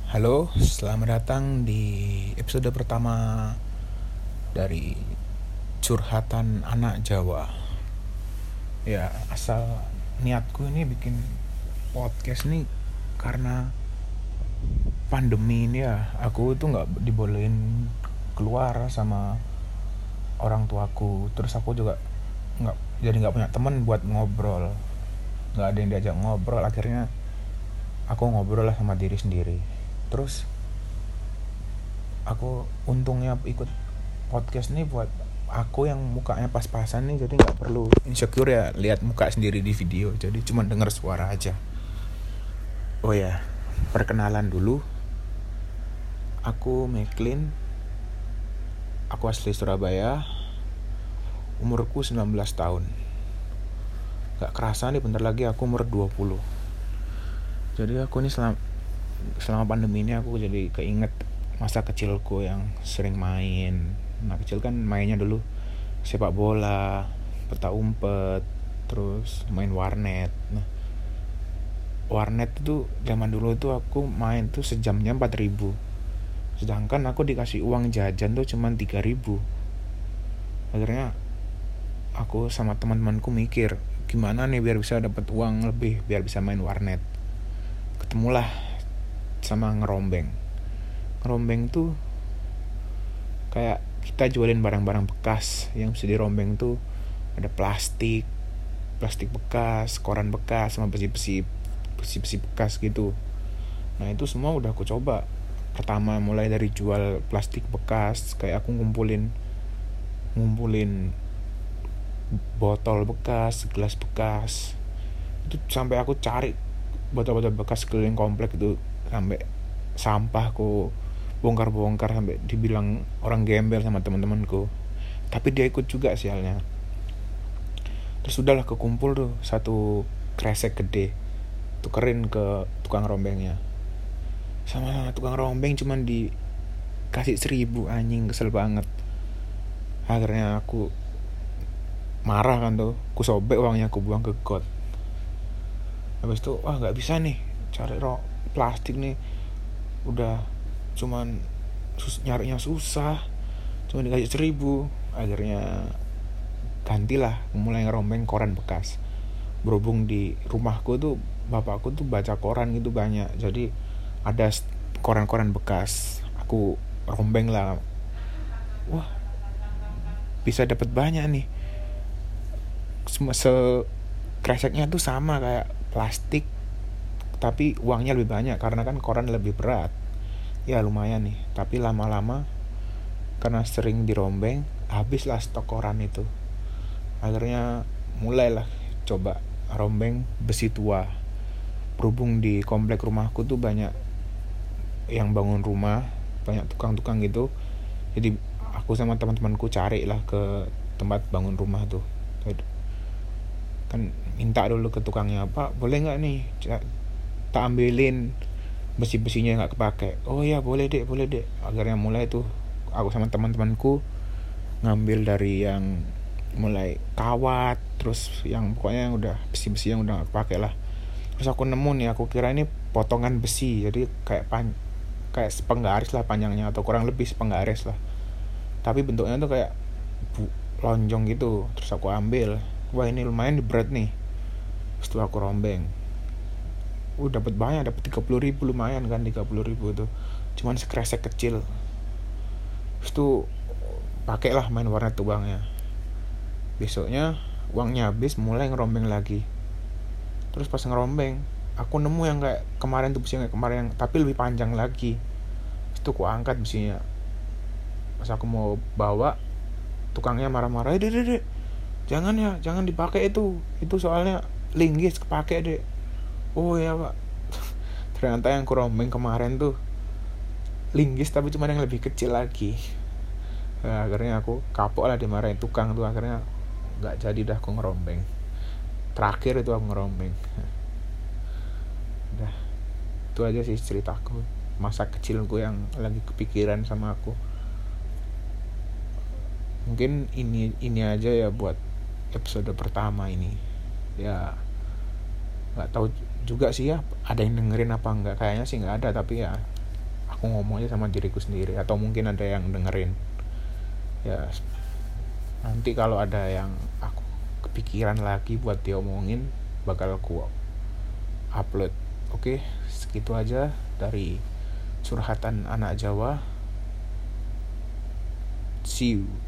Halo, selamat datang di episode pertama dari Curhatan Anak Jawa. Ya, asal niatku ini bikin podcast nih karena pandemi ini ya. Aku tuh nggak dibolehin keluar sama orang tuaku. Terus aku juga nggak punya teman buat ngobrol. Nggak ada yang diajak ngobrol. Akhirnya aku ngobrol lah sama diri sendiri. Terus aku untungnya ikut podcast nih buat aku yang mukanya pas-pasan nih, jadi nggak perlu insecure ya lihat muka sendiri di video, jadi cuma denger suara aja. Oh ya, perkenalan dulu, aku Meklin, aku asli Surabaya, umurku 19 tahun. Gak kerasa nih bentar lagi aku umur 20. Jadi aku nih selama pandemi ini aku jadi keinget masa kecilku yang sering main. Nah, kecil kan mainnya dulu sepak bola, peta umpet, terus main warnet. Nah, warnet itu zaman dulu tuh aku main tuh sejamnya 4.000. Sedangkan aku dikasih uang jajan tuh cuma 3.000. Akhirnya aku sama teman-temanku mikir, gimana nih biar bisa dapat uang lebih biar bisa main warnet. Ketemulah sama ngerombeng. Ngerombeng tuh kayak kita jualin barang-barang bekas yang bisa dirombeng tuh. Ada plastik bekas, koran bekas, sama besi-besi bekas gitu. Nah, itu semua udah aku coba. Pertama mulai dari jual plastik bekas, kayak aku ngumpulin botol bekas, gelas bekas. Itu sampai aku cari botol-botol bekas keliling komplek itu, sampai sampah aku bongkar-bongkar sampai dibilang orang gembel sama teman-temanku. Tapi dia ikut juga sialnya. Terus udahlah kekumpul tuh satu kresek gede, tukerin ke tukang rombengnya. Sama tukang rombeng cuman dikasih 1.000, anjing, kesel banget. Akhirnya aku marah kan tuh, aku sobek uangnya, aku buang ke got. Habis itu nggak bisa nih cari plastik nih, udah cuman nyarinya susah, cuma dikasih 1.000. Akhirnya gantilah, mulai ngerombeng koran bekas. Berhubung di rumahku tuh bapakku tuh baca koran gitu banyak, jadi ada koran-koran bekas, aku rombeng lah. Wah, bisa dapat banyak nih. Kreseknya tuh sama kayak plastik, tapi uangnya lebih banyak karena kan koran lebih berat. Ya lumayan nih, tapi lama-lama karena sering dirombeng, habislah stok koran itu. Akhirnya mulailah coba rombeng besi tua. Berhubung di komplek rumahku tuh banyak yang bangun rumah, banyak tukang-tukang gitu, jadi aku sama teman-temanku cari lah ke tempat bangun rumah tuh. Kan minta dulu ke tukangnya, Pak boleh nggak nih tak ambilin besi-besinya nggak kepake. Oh ya boleh dek. Akhirnya mulai tuh aku sama teman-temanku ngambil dari yang mulai kawat, terus yang pokoknya yang udah besi-besi yang udah nggak kepake lah. Terus aku nemu nih, aku kira ini potongan besi, jadi kayak sepenggaris lah panjangnya, atau kurang lebih sepenggaris lah, tapi bentuknya tuh kayak lonjong gitu. Terus aku ambil, wah ini lumayan berat nih. Setelah aku rombeng, dapat banyak, dapat 30.000, lumayan kan 30.000 tuh, cuman sekresek kecil. Terus tuh pakailah main warnet tuh uangnya. Besoknya uangnya habis, mulai ngerombeng lagi. Terus pas ngerombeng, aku nemu yang kayak kemarin tuh, besi yang kayak kemarin, tapi lebih panjang lagi. Itu aku angkat besinya. Pas aku mau bawa, tukangnya marah-marah, dek, jangan dipakai itu soalnya linggis kepake dek. Oh ya pak. Ternyata yang kurombeng kemarin tuh linggis, tapi cuma yang lebih kecil lagi. Nah, akhirnya aku kapok lah, dimarahin tukang tuh. Akhirnya nggak jadi dah aku ngerombeng. Terakhir itu aku ngerombeng. Udah, itu aja sih ceritaku, masa kecilku yang lagi kepikiran sama aku. Mungkin ini aja ya buat episode pertama ini. Ya nggak tahu juga sih ya ada yang dengerin apa enggak, kayaknya sih nggak ada, tapi ya aku ngomong aja sama diriku sendiri, atau mungkin ada yang dengerin ya. Nanti kalau ada yang aku kepikiran lagi buat diomongin, bakal aku upload. Oke, segitu aja dari curhatan anak Jawa. See you.